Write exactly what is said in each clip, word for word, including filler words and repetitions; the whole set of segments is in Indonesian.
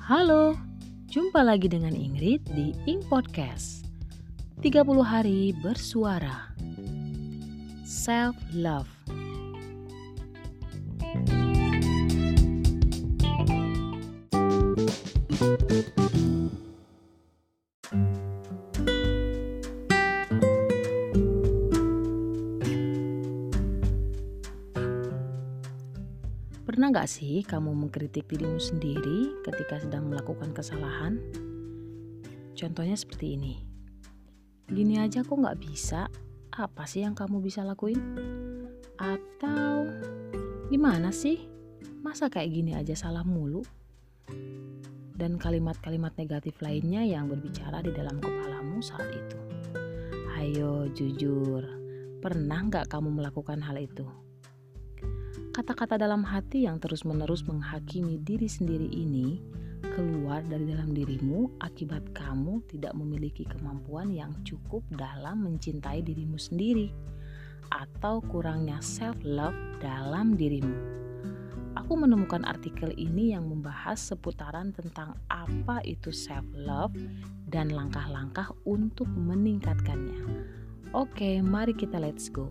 Halo, jumpa lagi dengan Ingrid di Ing Podcast. tiga puluh hari bersuara. Self love. Pernah gak sih kamu mengkritik dirimu sendiri ketika sedang melakukan kesalahan? Contohnya seperti ini. Gini aja kok gak bisa, apa sih yang kamu bisa lakuin? Atau gimana sih, masa kayak gini aja salah mulu? Dan kalimat-kalimat negatif lainnya yang berbicara di dalam kepalamu saat itu. Ayo jujur, pernah gak kamu melakukan hal itu? Kata-kata dalam hati yang terus-menerus menghakimi diri sendiri ini keluar dari dalam dirimu akibat kamu tidak memiliki kemampuan yang cukup dalam mencintai dirimu sendiri atau kurangnya self-love dalam dirimu. Aku menemukan artikel ini yang membahas seputaran tentang apa itu self-love dan langkah-langkah untuk meningkatkannya. Oke, mari kita let's go.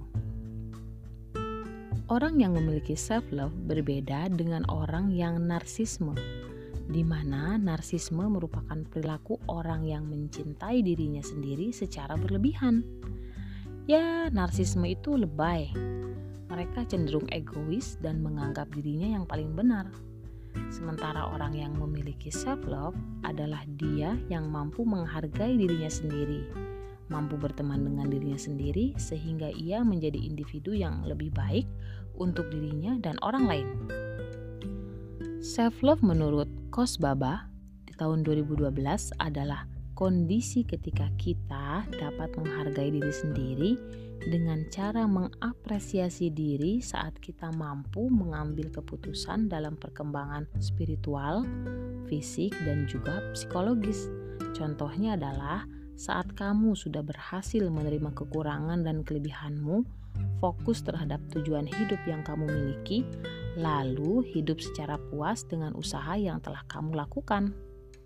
Orang yang memiliki self-love berbeda dengan orang yang narsisme, di mana narsisme merupakan perilaku orang yang mencintai dirinya sendiri secara berlebihan. Ya, narsisme itu lebay. Mereka cenderung egois dan menganggap dirinya yang paling benar. Sementara orang yang memiliki self-love adalah dia yang mampu menghargai dirinya sendiri, mampu berteman dengan dirinya sendiri sehingga ia menjadi individu yang lebih baik untuk dirinya dan orang lain. Self-love menurut Kosbaba di tahun dua ribu dua belas adalah kondisi ketika kita dapat menghargai diri sendiri dengan cara mengapresiasi diri saat kita mampu mengambil keputusan dalam perkembangan spiritual, fisik, dan juga psikologis. Contohnya adalah saat kamu sudah berhasil menerima kekurangan dan kelebihanmu, fokus terhadap tujuan hidup yang kamu miliki, lalu hidup secara puas dengan usaha yang telah kamu lakukan.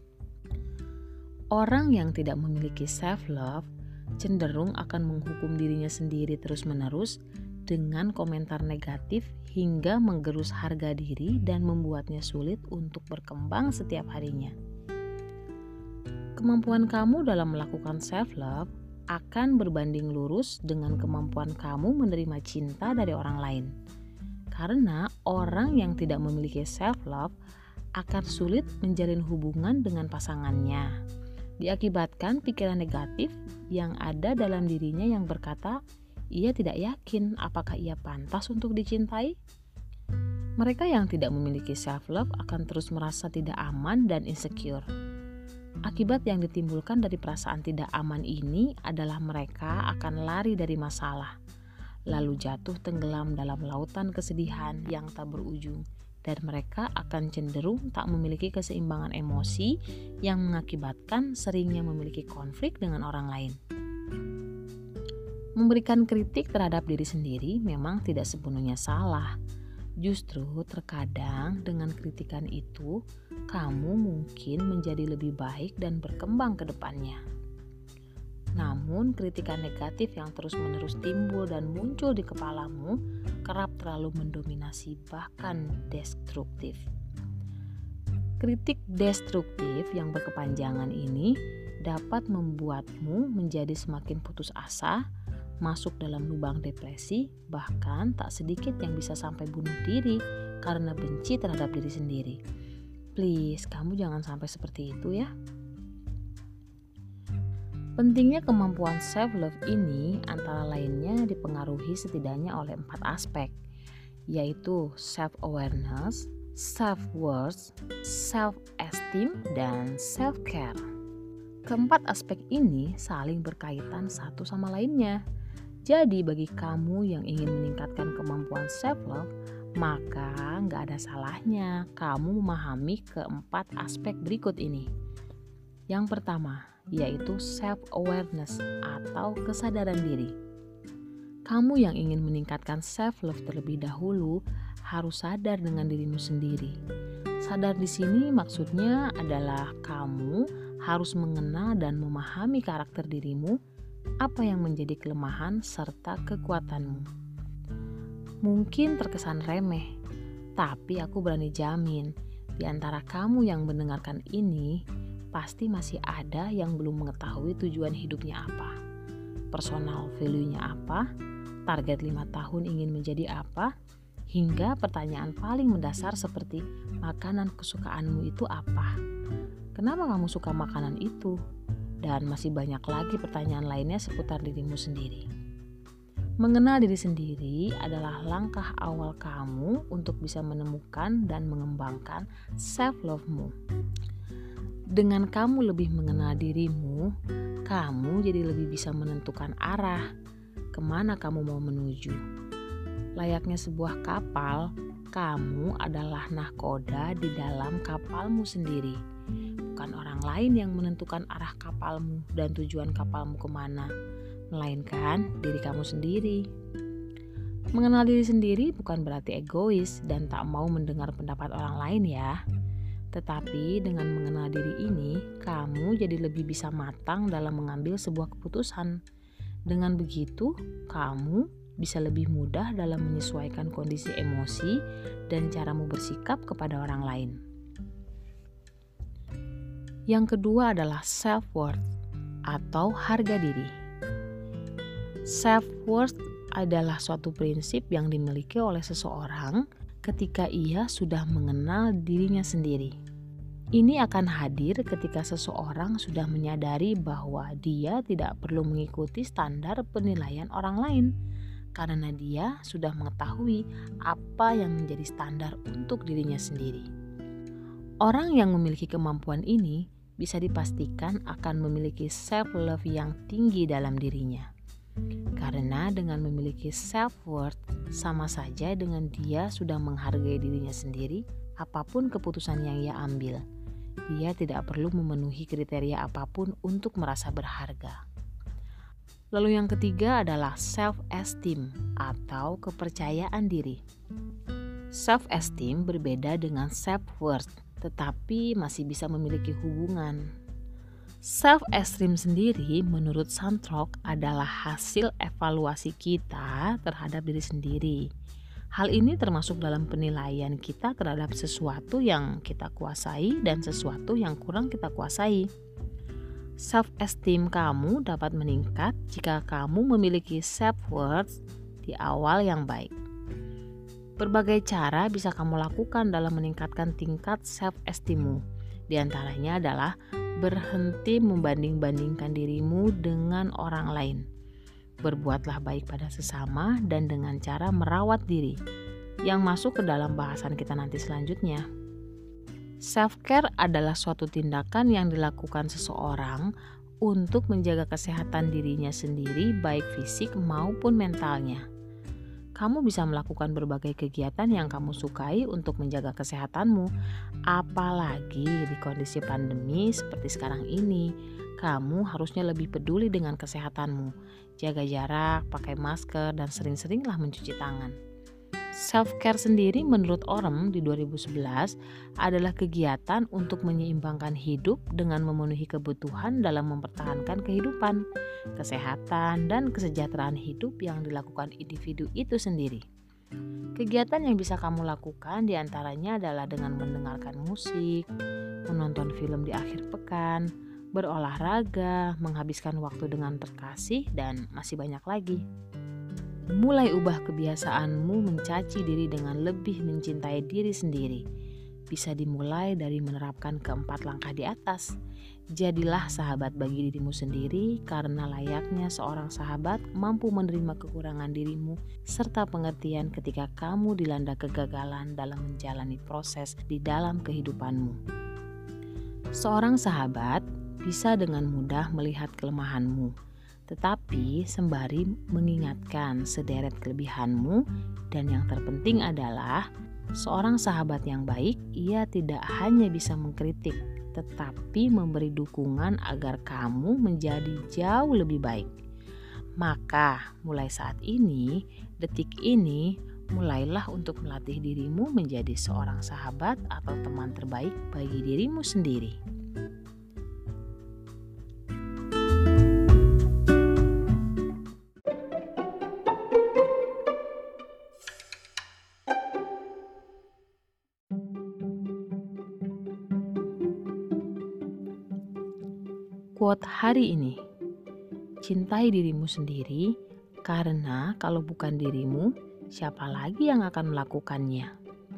Orang yang tidak memiliki self-love cenderung akan menghukum dirinya sendiri terus-menerus dengan komentar negatif hingga menggerus harga diri dan membuatnya sulit untuk berkembang setiap harinya. Kemampuan kamu dalam melakukan self-love akan berbanding lurus dengan kemampuan kamu menerima cinta dari orang lain. Karena orang yang tidak memiliki self-love akan sulit menjalin hubungan dengan pasangannya. Diakibatkan pikiran negatif yang ada dalam dirinya yang berkata, ia tidak yakin apakah ia pantas untuk dicintai. Mereka yang tidak memiliki self-love akan terus merasa tidak aman dan insecure. Akibat yang ditimbulkan dari perasaan tidak aman ini adalah mereka akan lari dari masalah, lalu jatuh tenggelam dalam lautan kesedihan yang tak berujung, dan mereka akan cenderung tak memiliki keseimbangan emosi yang mengakibatkan seringnya memiliki konflik dengan orang lain. Memberikan kritik terhadap diri sendiri memang tidak sepenuhnya salah. Justru terkadang dengan kritikan itu, kamu mungkin menjadi lebih baik dan berkembang ke depannya. Namun kritikan negatif yang terus-menerus timbul dan muncul di kepalamu kerap terlalu mendominasi bahkan destruktif. Kritik destruktif yang berkepanjangan ini dapat membuatmu menjadi semakin putus asa, masuk dalam lubang depresi, bahkan tak sedikit yang bisa sampai bunuh diri karena benci terhadap diri sendiri. Please, kamu jangan sampai seperti itu ya. Pentingnya kemampuan self-love ini antara lainnya dipengaruhi setidaknya oleh empat aspek, yaitu self-awareness, self-worth, self-esteem, dan self-care. Keempat aspek ini saling berkaitan satu sama lainnya. Jadi bagi kamu yang ingin meningkatkan kemampuan self-love, maka nggak ada salahnya kamu memahami keempat aspek berikut ini. Yang pertama, yaitu self-awareness atau kesadaran diri. Kamu yang ingin meningkatkan self-love terlebih dahulu harus sadar dengan dirimu sendiri. Sadar di sini maksudnya adalah kamu harus mengenal dan memahami karakter dirimu, apa yang menjadi kelemahan serta kekuatanmu. Mungkin terkesan remeh, tapi aku berani jamin di antara kamu yang mendengarkan ini pasti masih ada yang belum mengetahui tujuan hidupnya apa, personal value-nya apa, target lima tahun ingin menjadi apa, hingga pertanyaan paling mendasar seperti makanan kesukaanmu itu apa? Kenapa kamu suka makanan itu? Dan masih banyak lagi pertanyaan lainnya seputar dirimu sendiri. Mengenal diri sendiri adalah langkah awal kamu untuk bisa menemukan dan mengembangkan self-love-mu. Dengan kamu lebih mengenal dirimu, kamu jadi lebih bisa menentukan arah kemana kamu mau menuju. Layaknya sebuah kapal, kamu adalah nahkoda di dalam kapalmu sendiri. Bukan orang lain yang menentukan arah kapalmu dan tujuan kapalmu kemana, melainkan diri kamu sendiri. Mengenal diri sendiri bukan berarti egois dan tak mau mendengar pendapat orang lain ya. Tetapi dengan mengenal diri ini, kamu jadi lebih bisa matang dalam mengambil sebuah keputusan. Dengan begitu, kamu bisa lebih mudah dalam menyesuaikan kondisi emosi dan caramu bersikap kepada orang lain. Yang kedua adalah self-worth atau harga diri. Self-worth adalah suatu prinsip yang dimiliki oleh seseorang ketika ia sudah mengenal dirinya sendiri. Ini akan hadir ketika seseorang sudah menyadari bahwa dia tidak perlu mengikuti standar penilaian orang lain, karena dia sudah mengetahui apa yang menjadi standar untuk dirinya sendiri. Orang yang memiliki kemampuan ini bisa dipastikan akan memiliki self-love yang tinggi dalam dirinya. Karena dengan memiliki self-worth sama saja dengan dia sudah menghargai dirinya sendiri apapun keputusan yang ia ambil. Dia tidak perlu memenuhi kriteria apapun untuk merasa berharga. Lalu yang ketiga adalah self-esteem atau kepercayaan diri. Self-esteem berbeda dengan self-worth, tetapi masih bisa memiliki hubungan. Self-esteem sendiri menurut Santrok adalah hasil evaluasi kita terhadap diri sendiri. Hal ini termasuk dalam penilaian kita terhadap sesuatu yang kita kuasai dan sesuatu yang kurang kita kuasai. Self-esteem kamu dapat meningkat jika kamu memiliki self-worth di awal yang baik. Berbagai cara bisa kamu lakukan dalam meningkatkan tingkat self-esteemmu. Di antaranya adalah berhenti membanding-bandingkan dirimu dengan orang lain. Berbuatlah baik pada sesama dan dengan cara merawat diri, yang masuk ke dalam bahasan kita nanti selanjutnya. Self-care adalah suatu tindakan yang dilakukan seseorang untuk menjaga kesehatan dirinya sendiri baik fisik maupun mentalnya. Kamu bisa melakukan berbagai kegiatan yang kamu sukai untuk menjaga kesehatanmu, apalagi di kondisi pandemi seperti sekarang ini. Kamu harusnya lebih peduli dengan kesehatanmu, jaga jarak, pakai masker, dan sering-seringlah mencuci tangan. Self-care sendiri menurut Orem di dua ribu sebelas adalah kegiatan untuk menyeimbangkan hidup dengan memenuhi kebutuhan dalam mempertahankan kehidupan, kesehatan, dan kesejahteraan hidup yang dilakukan individu itu sendiri. Kegiatan yang bisa kamu lakukan diantaranya adalah dengan mendengarkan musik, menonton film di akhir pekan, berolahraga, menghabiskan waktu dengan terkasih, dan masih banyak lagi. Mulai ubah kebiasaanmu mencaci diri dengan lebih mencintai diri sendiri. Bisa dimulai dari menerapkan keempat langkah di atas. Jadilah sahabat bagi dirimu sendiri karena layaknya seorang sahabat mampu menerima kekurangan dirimu serta pengertian ketika kamu dilanda kegagalan dalam menjalani proses di dalam kehidupanmu. Seorang sahabat bisa dengan mudah melihat kelemahanmu, tetapi sembari mengingatkan sederet kelebihanmu, dan yang terpenting adalah seorang sahabat yang baik, ia tidak hanya bisa mengkritik, tetapi memberi dukungan agar kamu menjadi jauh lebih baik. Maka mulai saat ini, detik ini, mulailah untuk melatih dirimu menjadi seorang sahabat atau teman terbaik bagi dirimu sendiri. Quote hari ini, cintai dirimu sendiri karena kalau bukan dirimu, siapa lagi yang akan melakukannya?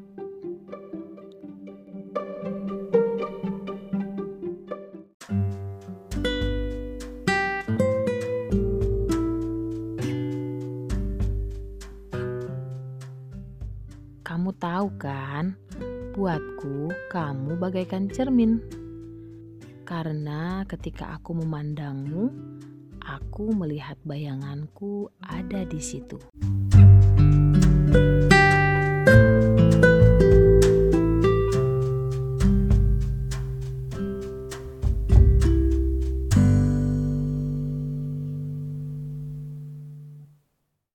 Kamu tahu kan, buatku kamu bagaikan cermin. Karena ketika aku memandangmu, aku melihat bayanganku ada di situ.